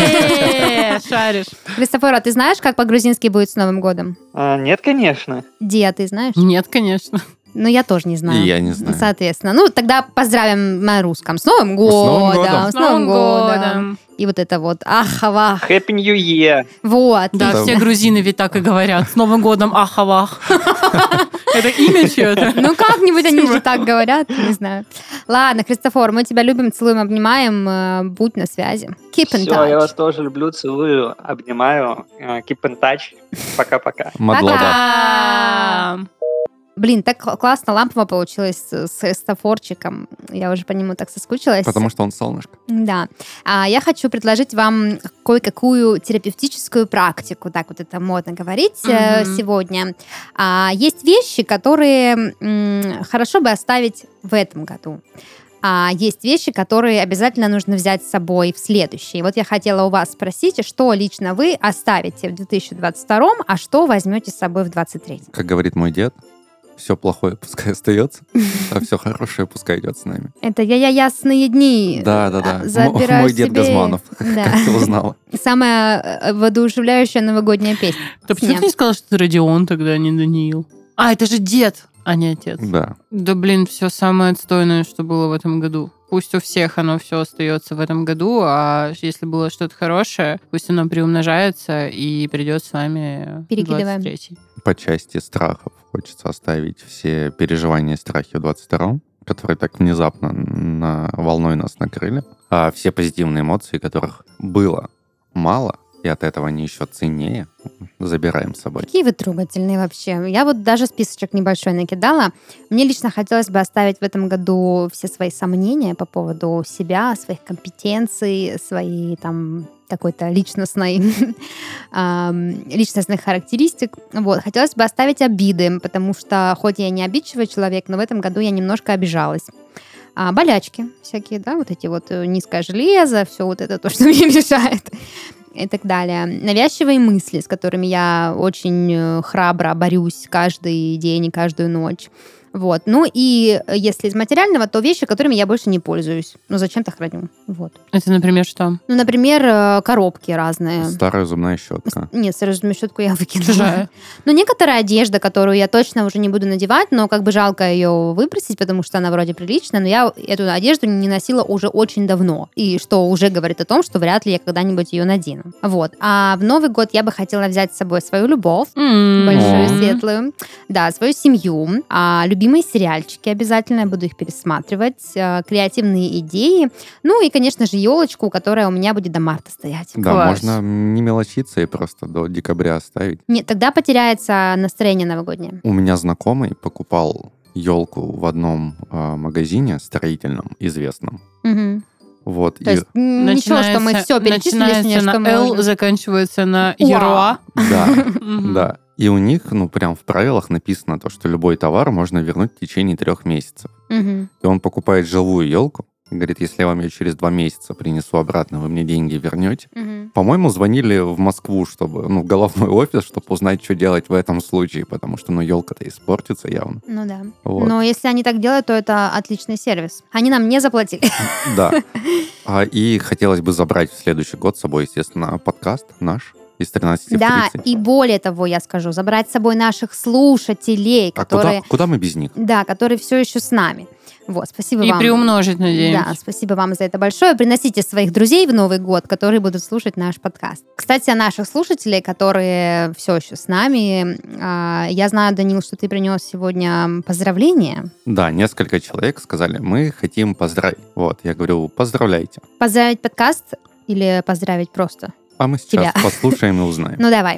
Шаришь. Христофор, а ты знаешь, как по-грузински будет с Новым годом? Нет, конечно. Диа, ты знаешь? Нет, конечно. Ну, я тоже не знаю. И я не знаю. Соответственно. Ну, тогда поздравим на русском. С Новым Новым годом! годом! С Новым годом! годом! И вот это вот ахавах. Happy New Year. Вот. Да, Это- все грузины ведь так и говорят. С Новым годом, ахавах. Это имя чье-то? Ну, как-нибудь они же так говорят, не знаю. Ладно, Христофор, мы тебя любим, целуем, обнимаем. Будь на связи. Keep in Все, я вас touch. тоже люблю, целую, обнимаю. Keep in touch. Пока-пока. Мадлоба. Пока! Блин, так классно лампово получилось с Христофорчиком. Я уже по нему так соскучилась. Потому что он солнышко. Да. Я хочу предложить вам кое-какую терапевтическую практику, так вот это модно говорить сегодня. Есть вещи, которые хорошо бы оставить в этом году. А есть вещи, которые обязательно нужно взять с собой в следующий. Вот я хотела у вас спросить, что лично вы оставите в 2022, а что возьмете с собой в 2023? Как говорит мой дед, все плохое пускай остается, а все хорошее пускай идет с нами. Это я ясные дни. Да. Забираю Мой дед себе- Газманов. Да. Как ты узнала? Самая воодушевляющая новогодняя песня. Ты почему ты не сказала, что ты Родион тогда, а не Даниил? А, это же дед. а не отец. Да. Да, блин, все самое отстойное, что было в этом году. Пусть у всех оно все остается в этом году, а если было что-то хорошее, пусть оно приумножается и придет с вами Перекидываем. 23-й. По части страхов хочется оставить все переживания и страхи в 22-м, которые так внезапно волной нас накрыли, а все позитивные эмоции, которых было мало, и от этого они еще ценнее, забираем с собой. Какие вы трогательные вообще. Я вот даже списочек небольшой накидала. Мне лично хотелось бы оставить в этом году все свои сомнения по поводу себя, своих компетенций, своей там какой-то личностных характеристик. Вот. Хотелось бы оставить обиды, потому что хоть я не обидчивый человек, но в этом году я немножко обижалась. Болячки всякие, да, вот эти вот низкое железо, все вот это то, что мне мешает. И так далее. Навязчивые мысли, с которыми я очень храбро борюсь каждый день и каждую ночь. Вот. Ну и если из материального, то вещи, которыми я больше не пользуюсь. Ну, зачем-то храню. Вот. Это, например, что? Ну, например, коробки разные. Старая зубная щетка. Нет, старую зубную щетку я выкинула. Чужая. Ну, некоторая одежда, которую я точно уже не буду надевать, но как бы жалко ее выбросить, потому что она вроде приличная, но я эту одежду не носила уже очень давно. И что уже говорит о том, что вряд ли я когда-нибудь ее надену. Вот. А в Новый год я бы хотела взять с собой свою любовь, большую, светлую, да, свою семью, любимые сериальчики обязательно, я буду их пересматривать, креативные идеи, ну и, конечно же, елочку, которая у меня будет до марта стоять. Да, Класс. можно не мелочиться и просто до декабря оставить. Нет, тогда потеряется настроение новогоднее. У меня знакомый покупал елку в одном магазине строительном, известном. Угу. Вот. То есть ничего, что мы все перечислили, начинается что на Л, можно. заканчивается на Уа. Еруа. Да, да. И у них, прям в правилах написано то, что любой товар можно вернуть в течение 3 месяцев. Мгм. И он покупает живую елку, говорит, если я вам ее через 2 месяца принесу обратно, вы мне деньги вернете. Мгм. По-моему, звонили в Москву, чтобы, в головной офис, чтобы узнать, что делать в этом случае, потому что, елка-то испортится явно. Ну да. Вот. Но если они так делают, то это отличный сервис. Они нам не заплатили. Да. И хотелось бы забрать в следующий год с собой, естественно, подкаст наш из 13 в 30. Да, и более того, я скажу, забрать с собой наших слушателей, А которые... куда мы без них? Да, которые все еще с нами. Вот, спасибо И вам. приумножить, надеемся. Да, спасибо вам за это большое. Приносите своих друзей в Новый год, которые будут слушать наш подкаст. Кстати, о наших слушателей, которые все еще с нами. Я знаю, Данил, что ты принес сегодня поздравления. Да, несколько человек сказали, мы хотим поздравить. Вот, я говорю, поздравляйте. Поздравить подкаст или поздравить просто? А мы сейчас Тебя. послушаем и узнаем. Ну, давай.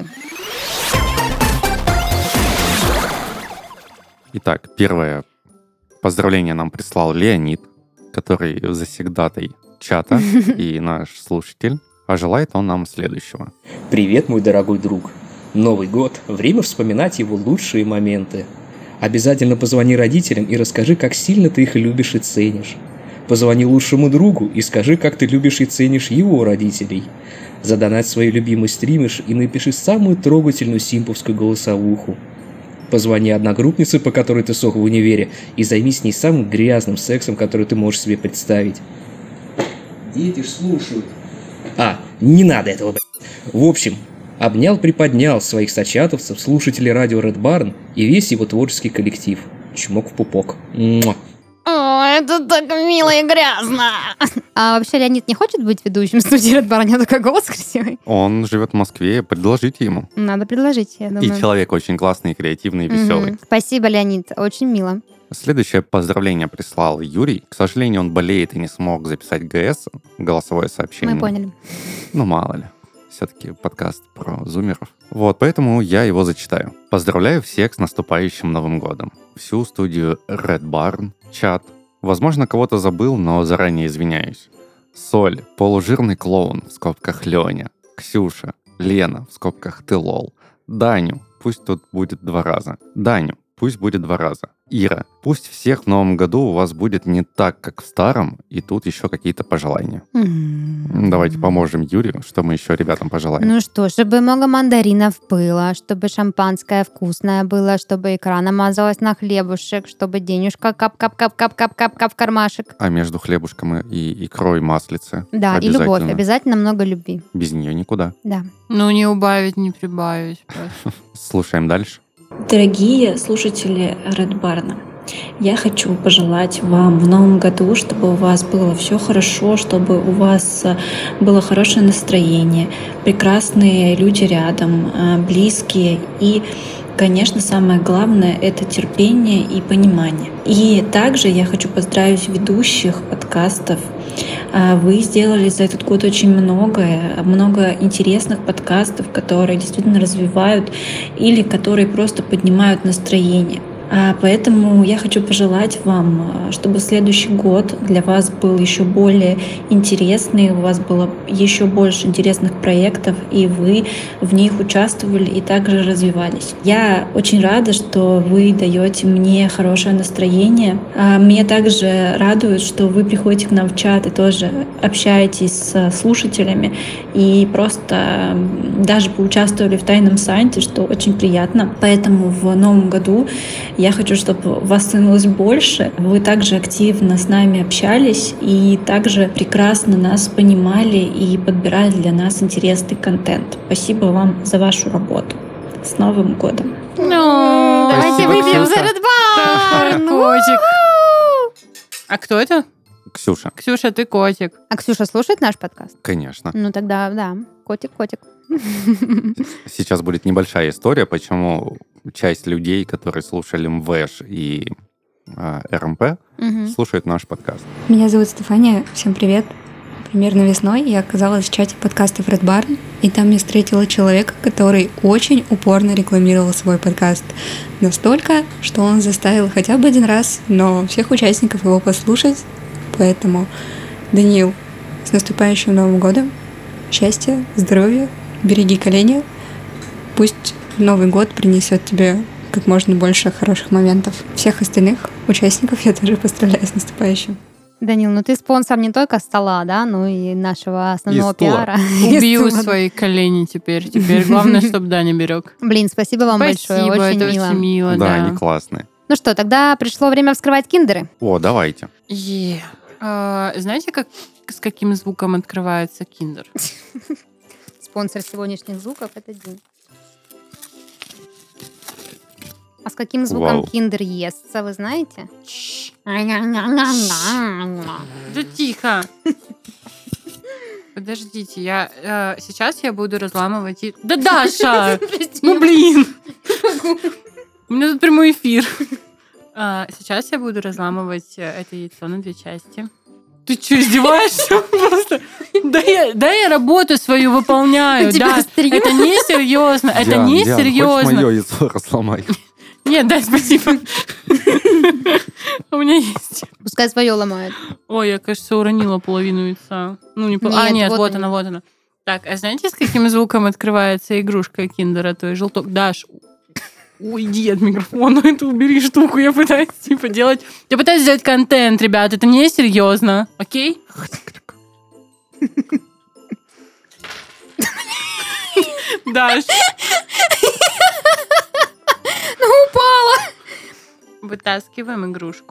Итак, первое поздравление нам прислал Леонид, который завсегдатай чата и наш слушатель. А желает он нам следующего. Привет, мой дорогой друг. Новый год. Время вспоминать его лучшие моменты. Обязательно позвони родителям и расскажи, как сильно ты их любишь и ценишь. Позвони лучшему другу и скажи, как ты любишь и ценишь его родителей. Задонать свои любимые стримишь и напиши самую трогательную симповскую голосовуху. Позвони одногруппнице, по которой ты сох в универе, и займись с ней самым грязным сексом, который ты можешь себе представить. Дети ж слушают. Не надо этого, блядь. В общем, обнял-приподнял своих сочатовцев, слушателей радио Red Barn и весь его творческий коллектив. Чмок в пупок. Муа. О, это так мило и грязно. А вообще Леонид не хочет быть ведущим студии Red Barn? У него такой голос красивый. Он живет в Москве, предложите ему. Надо предложить, я думаю. И человек очень классный, креативный и веселый. Мгм. Спасибо, Леонид, очень мило. Следующее поздравление прислал Юрий. К сожалению, он болеет и не смог записать ГС, голосовое сообщение. Мы поняли. Мало ли. Все-таки подкаст про зумеров. Вот, поэтому я его зачитаю. Поздравляю всех с наступающим Новым годом. Всю студию Red Barn, чат. Возможно, кого-то забыл, но заранее извиняюсь. Соль, полужирный клоун, в скобках Леня. Ксюша, Лена, в скобках ты лол. Даню, пусть тут будет 2 раза. Даню, пусть будет 2 раза. Ира, пусть всех в новом году у вас будет не так, как в старом, и тут еще какие-то пожелания. Давайте поможем Юрию, что мы еще ребятам пожелаем. Ну что, чтобы много мандаринов было, чтобы шампанское вкусное было, чтобы икра намазалась на хлебушек, чтобы денежка кап-кап-кап-кап-кап-кап в кармашек. А между хлебушком и икрой маслице. Да, и любовь. Обязательно много любви. Без нее никуда. Да. Ну, не убавить, не прибавить. Просто. Слушаем дальше. Дорогие слушатели Red Barn, я хочу пожелать вам в новом году, чтобы у вас было все хорошо, чтобы у вас было хорошее настроение, прекрасные люди рядом, близкие и, конечно, самое главное — это терпение и понимание. И также я хочу поздравить ведущих подкастов. Вы сделали за этот год очень много интересных подкастов, которые действительно развивают или которые просто поднимают настроение. Поэтому я хочу пожелать вам, чтобы следующий год для вас был еще более интересный, у вас было еще больше интересных проектов, и вы в них участвовали и также развивались. Я очень рада, что вы даете мне хорошее настроение. Меня также радует, что вы приходите к нам в чат и тоже общаетесь с слушателями и просто даже поучаствовали в Тайном Санте, что очень приятно. Поэтому в новом году я хочу, чтобы вас становилось больше. Вы также активно с нами общались и также прекрасно нас понимали и подбирали для нас интересный контент. Спасибо вам за вашу работу. С Новым годом! Давайте выпьем за Red Barn! Котик. А кто это? Ксюша. Ксюша, ты котик. А Ксюша слушает наш подкаст? Конечно. Ну тогда, да, котик. Сейчас будет небольшая история, почему часть людей, которые слушали МВЭШ и РМП, слушают наш подкаст. Меня зовут Стефания, всем привет. Примерно весной я оказалась в чате подкастов Red Barn, и там я встретила человека, который очень упорно рекламировал свой подкаст. Настолько, что он заставил хотя бы один раз, но всех участников его послушать. Поэтому, Даниил, с наступающим Новым годом! Счастья, здоровья, береги колени. Пусть Новый год принесет тебе как можно больше хороших моментов. Всех остальных участников я тоже поздравляю с наступающим. Данил, ну ты спонсор не только стола, да, но и нашего основного пиара. Убью свои колени теперь. Теперь главное, чтобы Даня берег. Блин, спасибо вам большое, очень это мило. очень мило, Да, да. они классные. Ну что, тогда пришло время вскрывать киндеры. О, давайте. Знаете, с каким звуком открывается киндер? Спонсор сегодняшних звуков — это Дим. А с каким звуком киндер естся, вы знаете? Да тихо. Подождите, сейчас я буду разламывать... Да, Даша! Ну, блин! У меня тут прямой эфир. Сейчас я буду разламывать это яйцо на 2 части. Ты что, издеваешься? Просто. Да я работу свою выполняю. Да, это не серьезно. Это не серьезно. Хочешь мое яйцо разломай? Нет, да, спасибо. У меня есть. Пускай свое ломает. Ой, я, кажется, уронила половину яйца. Ну, не половину. Нет, вот она. Так, а знаете, с каким звуком открывается игрушка киндера, то есть желток? Даш, уйди от микрофона, это убери штуку, я пытаюсь делать... Я пытаюсь сделать контент, ребят, это не серьезно, окей? Даш. Ну, упала. Вытаскиваем игрушку.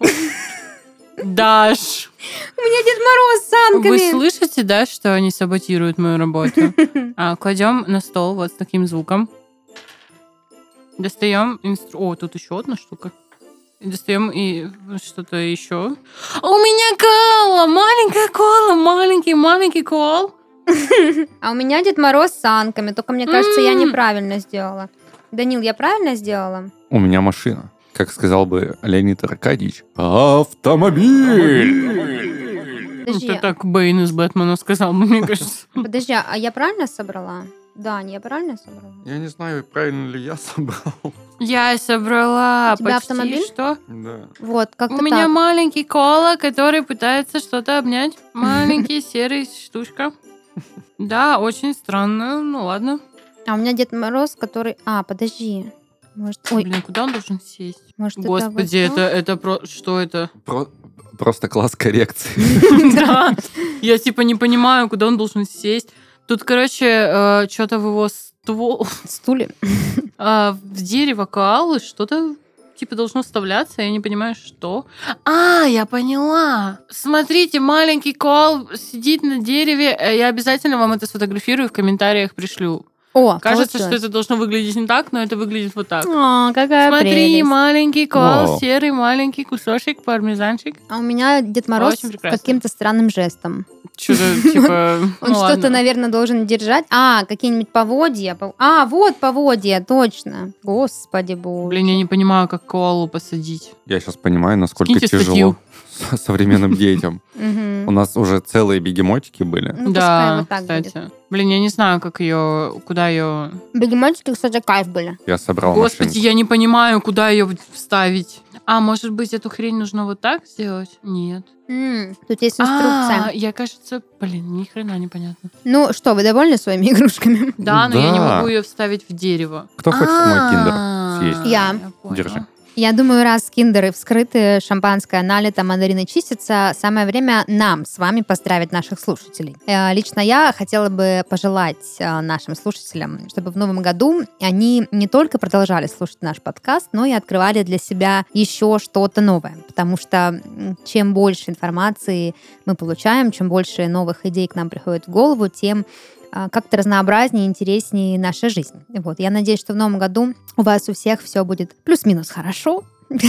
Даш. У меня Дед Мороз с санками. Вы слышите, да, что они саботируют мою работу? Кладем на стол вот с таким звуком. Достаем О, тут еще одна штука. Достаем и что-то еще. А у меня кола! Маленькая кола! Маленький кол. А у меня Дед Мороз с санками. Только, мне кажется, я неправильно сделала. Данил, я правильно сделала? У меня машина. Как сказал бы Леонид Аркадьевич, автомобиль! Подожди. Это так Бэйн из Бэтмена сказал, мне кажется. Подожди, а я правильно собрала? Дань, я правильно собрала? Я не знаю, правильно ли я собрал. Я собрала У тебя почти автомобиль? что. Да. Вот, как-то У меня так. маленький кола, который пытается что-то обнять. Маленький серый штучка. Да, очень странно. Ну ладно. А у меня Дед Мороз, который... подожди. Может... Ой, Блин, куда он должен сесть? может, Господи, это что это? Просто класс коррекции. Да. Я типа не понимаю, куда он должен сесть. Тут, короче, что-то в его стуле. в дерево коалы что-то типа должно вставляться, я не понимаю, что. Я поняла. Смотрите, маленький коал сидит на дереве. Я обязательно вам это сфотографирую, в комментариях пришлю. О, Кажется, получилось. что это должно выглядеть не так, но это выглядит вот так. О, какая Смотри, прелесть. маленький кол, Вау. серый маленький кусочек, пармезанчик. А у меня Дед Мороз Очень с прекрасно. каким-то странным жестом. Что-то типа... Он что-то, наверное, должен держать. Какие-нибудь поводья. Вот поводья, точно. Господи боже. Блин, я не понимаю, как коалу посадить. Я сейчас понимаю, насколько Скиньте тяжело современным детям. У нас уже целые бегемотики были. Ну, пускай Да, вот так кстати. будет. Блин, я не знаю, куда ее... Бегемотики, кстати, кайф были. Я собрал Господи, машинку. я не понимаю, куда ее вставить. Может быть, эту хрень нужно вот так сделать? Нет. Тут есть инструкция. Я, кажется, ни хрена непонятно. Ну что, вы довольны своими игрушками? Да, но я не Да. могу ее вставить в дерево. Кто хочет мой киндер съесть? Я. поняла. Держи. Я думаю, раз киндеры вскрыты, шампанское налито, мандарины чистятся, самое время нам с вами поздравить наших слушателей. Лично я хотела бы пожелать нашим слушателям, чтобы в новом году они не только продолжали слушать наш подкаст, но и открывали для себя еще что-то новое. Потому что чем больше информации мы получаем, чем больше новых идей к нам приходит в голову, тем как-то разнообразнее и интереснее наша жизнь. Вот. Я надеюсь, что в новом году у вас у всех все будет плюс-минус хорошо.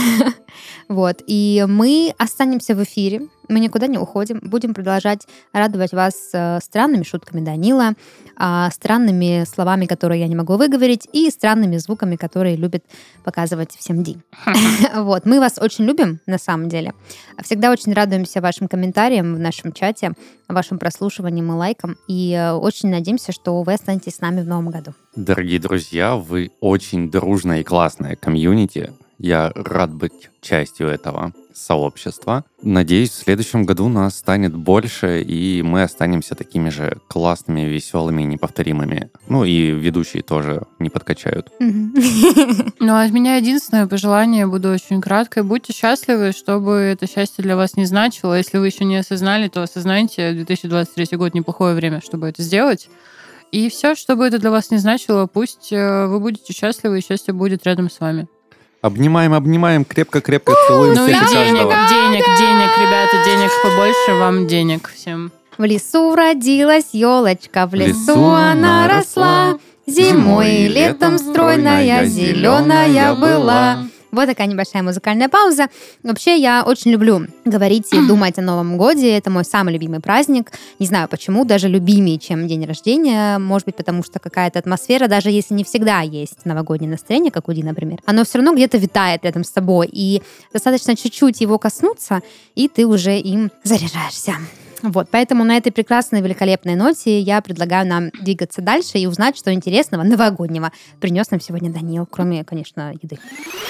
Вот. И мы останемся в эфире. Мы никуда не уходим. Будем продолжать радовать вас странными шутками Данила, странными словами, которые я не могу выговорить, и странными звуками, которые любит показывать всем Ди. Вот. Мы вас очень любим, на самом деле. Всегда очень радуемся вашим комментариям в нашем чате, вашим прослушиваниям и лайкам. И очень надеемся, что вы останетесь с нами в новом году. Дорогие друзья, вы очень дружная и классная комьюнити. Я рад быть частью этого сообщества. Надеюсь, в следующем году нас станет больше, и мы останемся такими же классными, веселыми и неповторимыми. Ну и ведущие тоже не подкачают. Ну, от меня единственное пожелание, буду очень краткой. Будьте счастливы, чтобы это счастье для вас не значило. Если вы еще не осознали, то осознайте, 2023 год неплохое время, чтобы это сделать. И все, что бы это для вас не значило, пусть вы будете счастливы, и счастье будет рядом с вами. Обнимаем, крепко-крепко целуем Ну и всех и каждого. денег, ребята, денег побольше, вам денег всем. В лесу родилась елочка, в лесу она росла, зимой и летом стройная, зеленая была. Вот такая небольшая музыкальная пауза. Вообще, я очень люблю говорить и думать о Новом Годе. Это мой самый любимый праздник. Не знаю почему, даже любимее, чем день рождения. Может быть, потому что какая-то атмосфера, даже если не всегда есть новогоднее настроение, как у Ди, например, оно все равно где-то витает рядом с тобой. И достаточно чуть-чуть его коснуться, и ты уже им заряжаешься. Вот, поэтому на этой прекрасной, великолепной ноте я предлагаю нам двигаться дальше и узнать, что интересного новогоднего принес нам сегодня Данил, кроме, конечно, еды.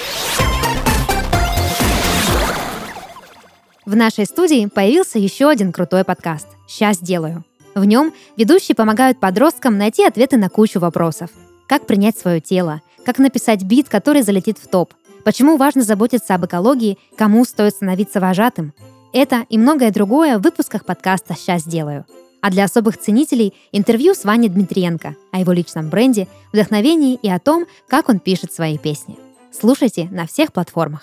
В нашей студии появился еще один крутой подкаст «Щас делаю». В нем ведущие помогают подросткам найти ответы на кучу вопросов. Как принять свое тело, как написать бит, который залетит в топ, почему важно заботиться об экологии, кому стоит становиться вожатым. Это и многое другое в выпусках подкаста «Щас делаю». А для особых ценителей интервью с Ваней Дмитриенко о его личном бренде, вдохновении и о том, как он пишет свои песни. Слушайте на всех платформах.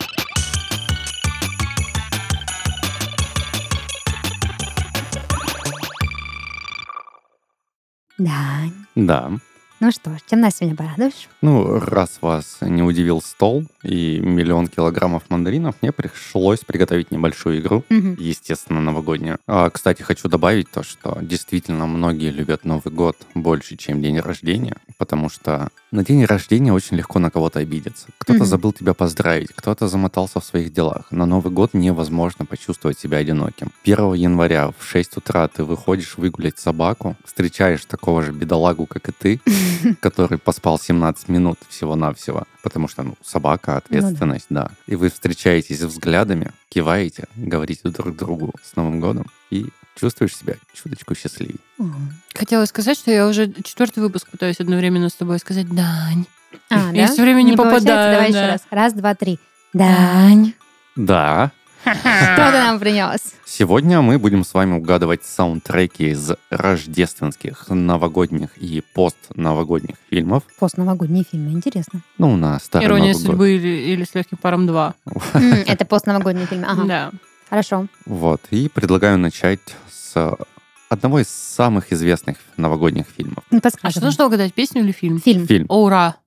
Дань, Да. ну что ж, чем нас сегодня порадуешь? Ну, раз вас не удивил стол и 1 000 000 килограммов мандаринов, мне пришлось приготовить небольшую игру, естественно, новогоднюю. Кстати, хочу добавить то, что действительно многие любят Новый год больше, чем день рождения, потому что на день рождения очень легко на кого-то обидеться. Кто-то забыл тебя поздравить, кто-то замотался в своих делах. На Новый год невозможно почувствовать себя одиноким. 1 января в 6 утра ты выходишь выгулять собаку, встречаешь такого же бедолагу, как и ты, который поспал 17 минут всего-навсего, потому что, собака, ответственность, да. И вы встречаетесь взглядами, киваете, говорите друг другу с Новым годом и чувствуешь себя чуточку счастливее. Хотела сказать, что я уже 4-й выпуск пытаюсь одновременно с тобой сказать «Дань». Да? Я все время не получается? попадаю. Давай да. еще раз. Раз, два, три. Дань. Да. Что ты нам принес? Сегодня мы будем с вами угадывать саундтреки из рождественских, новогодних и постновогодних фильмов. Постновогодние фильмы, интересно. Ну, на старый «Ирония Новый год. судьбы» или «С легким паром 2». Это постновогодние фильмы. Ага. Да. Хорошо. Вот. И предлагаю начать с одного из самых известных новогодних фильмов. Не А что подсказывай. нужно угадать, песню или фильм? Фильм. Фильм. О, ура!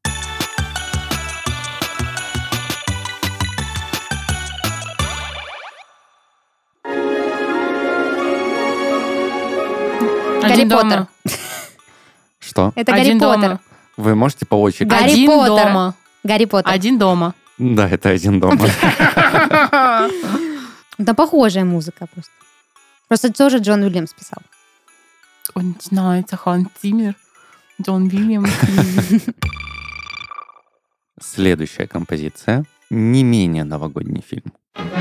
Гарри Один Поттер. дома. Что? Это Гарри Один Поттер. дома. Вы можете по очереди? Гарри Один Поттер. дома. Гарри Поттер. Один дома. Да, это «Один дома». Да, похожая музыка просто. Просто тоже Джон Уильямс писал. Он начинается Хан Циммер, Джон Уильямс. Следующая композиция. Не менее новогодний фильм.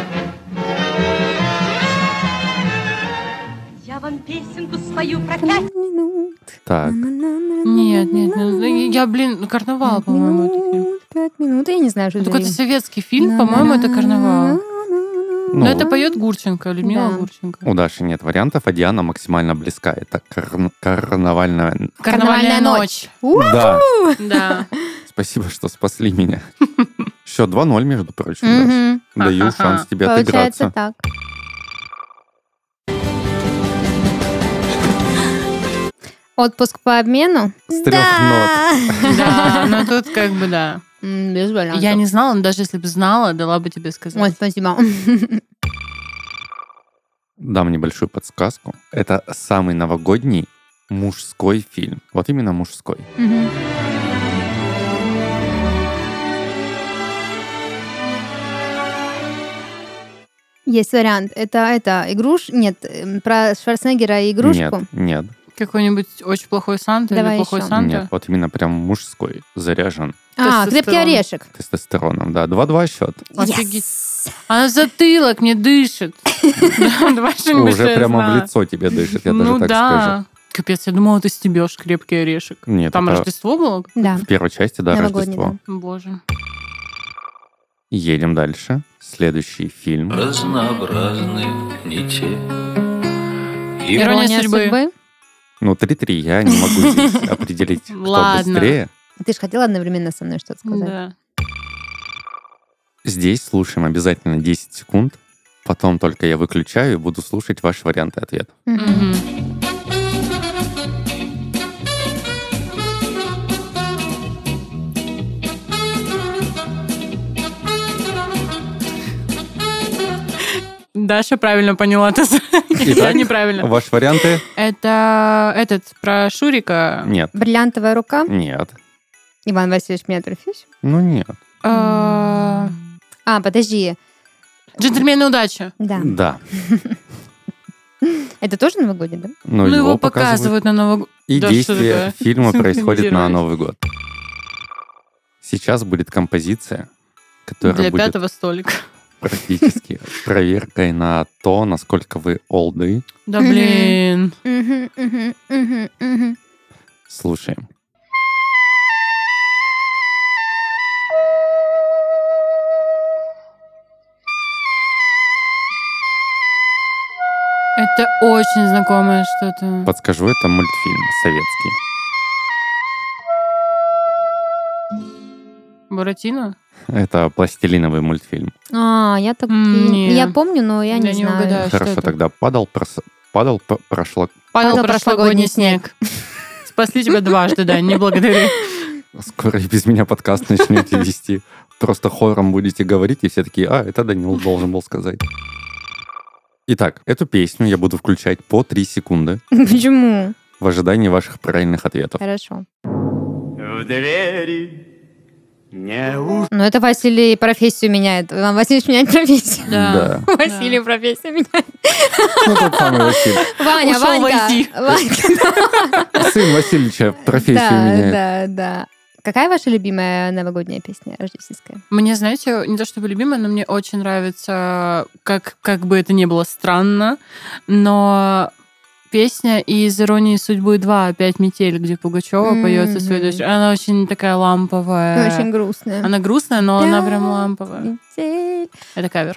Я вам песенку свою про 5 минут. Так, Нет, я, карнавал, по-моему, это фильм. 5 минут. Я не знаю, что Это это. какой-то советский фильм, по-моему, это карнавал. ну, Но это поет Гурченко, Людмила Да. Гурченко. у Даши нет вариантов, а Диана максимально близка. Это карнавальная... Карнавальная ночь. Да, Да. спасибо, что спасли меня. Счет 2-0, между прочим. Даш. Мгм. Даю Ага. шанс тебе Получается отыграться. так. Отпуск по обмену? С 3 нот. Да, но тут как бы да. Без вариантов. Я не знала, но даже если бы знала, дала бы тебе сказать. Ой, спасибо. Дам небольшую подсказку. Это самый новогодний мужской фильм. Вот именно мужской. Мгм. Есть вариант. Это Нет, про Шварценеггера и игрушку. Нет. Какой-нибудь очень плохой Санта Давай или плохой еще. Санта? Нет, вот именно прям мужской, заряжен Крепкий Тестостерон. орешек. тестостероном. Да, 2-2 счет. Офигеть. Она в затылок мне дышит. Да, Уже прямо в лицо тебе дышит, я даже Ну так скажу. да. Капец, я думала, ты стебешь крепкий орешек. Нет, Там это Рождество было? Да. в первой части, да, Новогодний, Рождество. Боже. Едем дальше. Следующий фильм. Разнообразные нити. Ирония судьбы. Ну, 3-3. Я не могу здесь определить, кто Ладно. быстрее. Ты же хотела одновременно со мной что-то сказать. Да. Здесь слушаем обязательно 10 секунд. Потом только я выключаю и буду слушать ваши варианты ответа. Мгм. Даша правильно поняла, я Итак, неправильно. Ваши варианты? Это этот про Шурика. Нет. Бриллиантовая рука. Нет. Иван Васильевич меняет профессию. Ну, нет. А, Подожди. Джентльмены удачи. Да. Да. Это тоже новогодний, да? Но Ну, его показывают на Новый год. И Да, что действие такое? фильма происходит на Синхронизировать. Новый год. Сейчас будет композиция, которая Для будет пятого столика. практически проверкой на то, насколько вы олды. Да блин. Мгм, мгм, мгм, мгм. Слушаем. Это очень знакомое что-то. Подскажу, это мультфильм советский. Буратино? Это пластилиновый мультфильм. Я так... Не. Я помню, но я не Я не знаю. угадаю. Что Хорошо, это? тогда прошло. Падал Падал прошлогодний снег. Спасли тебя дважды, да, не благодари. Скоро и без меня подкаст начнете вести. Просто хором будете говорить, и все такие, это Данил должен был сказать. Итак, эту песню я буду включать по 3 секунды Почему? в ожидании ваших правильных ответов. Хорошо. В двери не уж... Ну, это Василий профессию меняет. Иван Васильевич меняет профессию. Да. Василий профессию меняет. Ну, тот самый Василий. Ваня, Ушел Ванька. войти. Ванька. Сын Васильевича профессию Да, меняет. да, да. Какая ваша любимая новогодняя песня рождественская? Мне, знаете, не то чтобы любимая, но мне очень нравится, как бы это ни было странно, но песня из «Иронии судьбы 2» «Опять метель», где Пугачева поет со своей дочерью, она очень такая ламповая. Очень грустная. Она грустная, но она прям ламповая. Метель. Это кавер.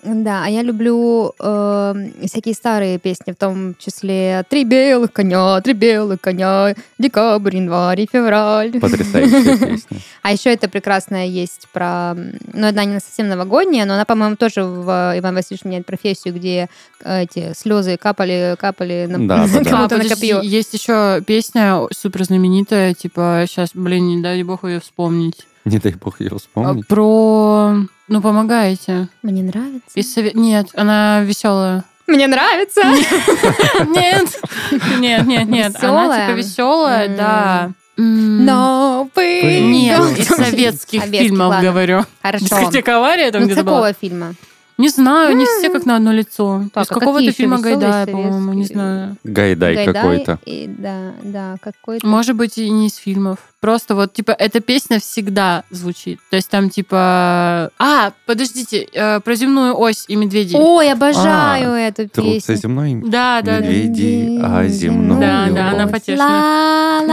Да, а я люблю всякие старые песни, в том числе «Три белых коня, декабрь, январь и февраль». Потрясающая песня. А еще это прекрасная есть про... Ну, она не совсем новогодняя, но она, по-моему, тоже в «Иван Васильевич меняет профессию», где эти слезы капали кому-то на копье. Есть еще песня супер знаменитая, типа, сейчас, не дай бог ее вспомнить. Не дай бог ее вспомнить. Про... Ну, помогайте. Мне нравится. Нет, она веселая. Мне нравится. Нет. Она типа веселая, да. Новый Нет, из советских фильмов говорю. Хорошо. Дискотека «Авария» там где-то была. Какого фильма? Не знаю, не все как на одно лицо. Так, из какого-то фильма веселые Гайдая, по-моему, не знаю. Гайдай какой-то. Да, какой-то. Может быть, и не из фильмов. Просто вот, типа, эта песня всегда звучит. То есть там, типа... подождите, про земную ось и медведей. Ой, обожаю эту песню. Трутся земной Да. медведи, а земную Да, она ось. потешная.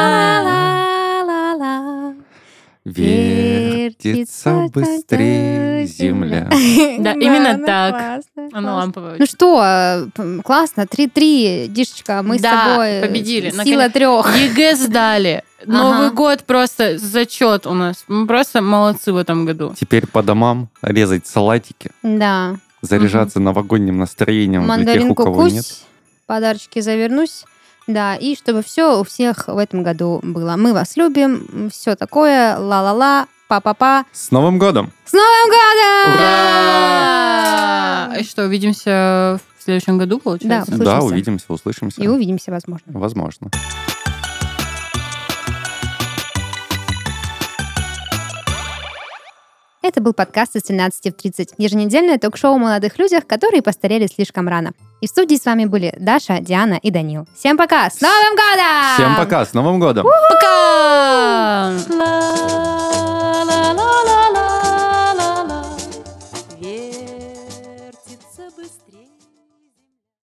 Вертится быстрее земля. Да, именно так. Она ламповая. Ну что, классно, 3-3, Дишечка, мы с тобой... победили. Сила 3. ЕГЭ сдали. Новый год просто зачет у нас. Мы просто молодцы в этом году. Теперь по домам резать салатики, Да. заряжаться новогодним настроением для тех, у Мандаринку кого нет. кусь, подарочки завернусь. Да, и чтобы все у всех в этом году было. Мы вас любим, все такое, ла-ла-ла, па-па-па. С Новым годом! С Новым годом! Ура! И что, увидимся в следующем году, получается? Да, Да, услышимся. увидимся, услышимся. И увидимся, возможно. Возможно. Это был подкаст «С 13 в 30». Еженедельное ток-шоу о молодых людях, которые постарели слишком рано. И в студии с вами были Даша, Диана и Данил. Всем пока! С Новым годом! Всем пока! С Новым годом! Пока!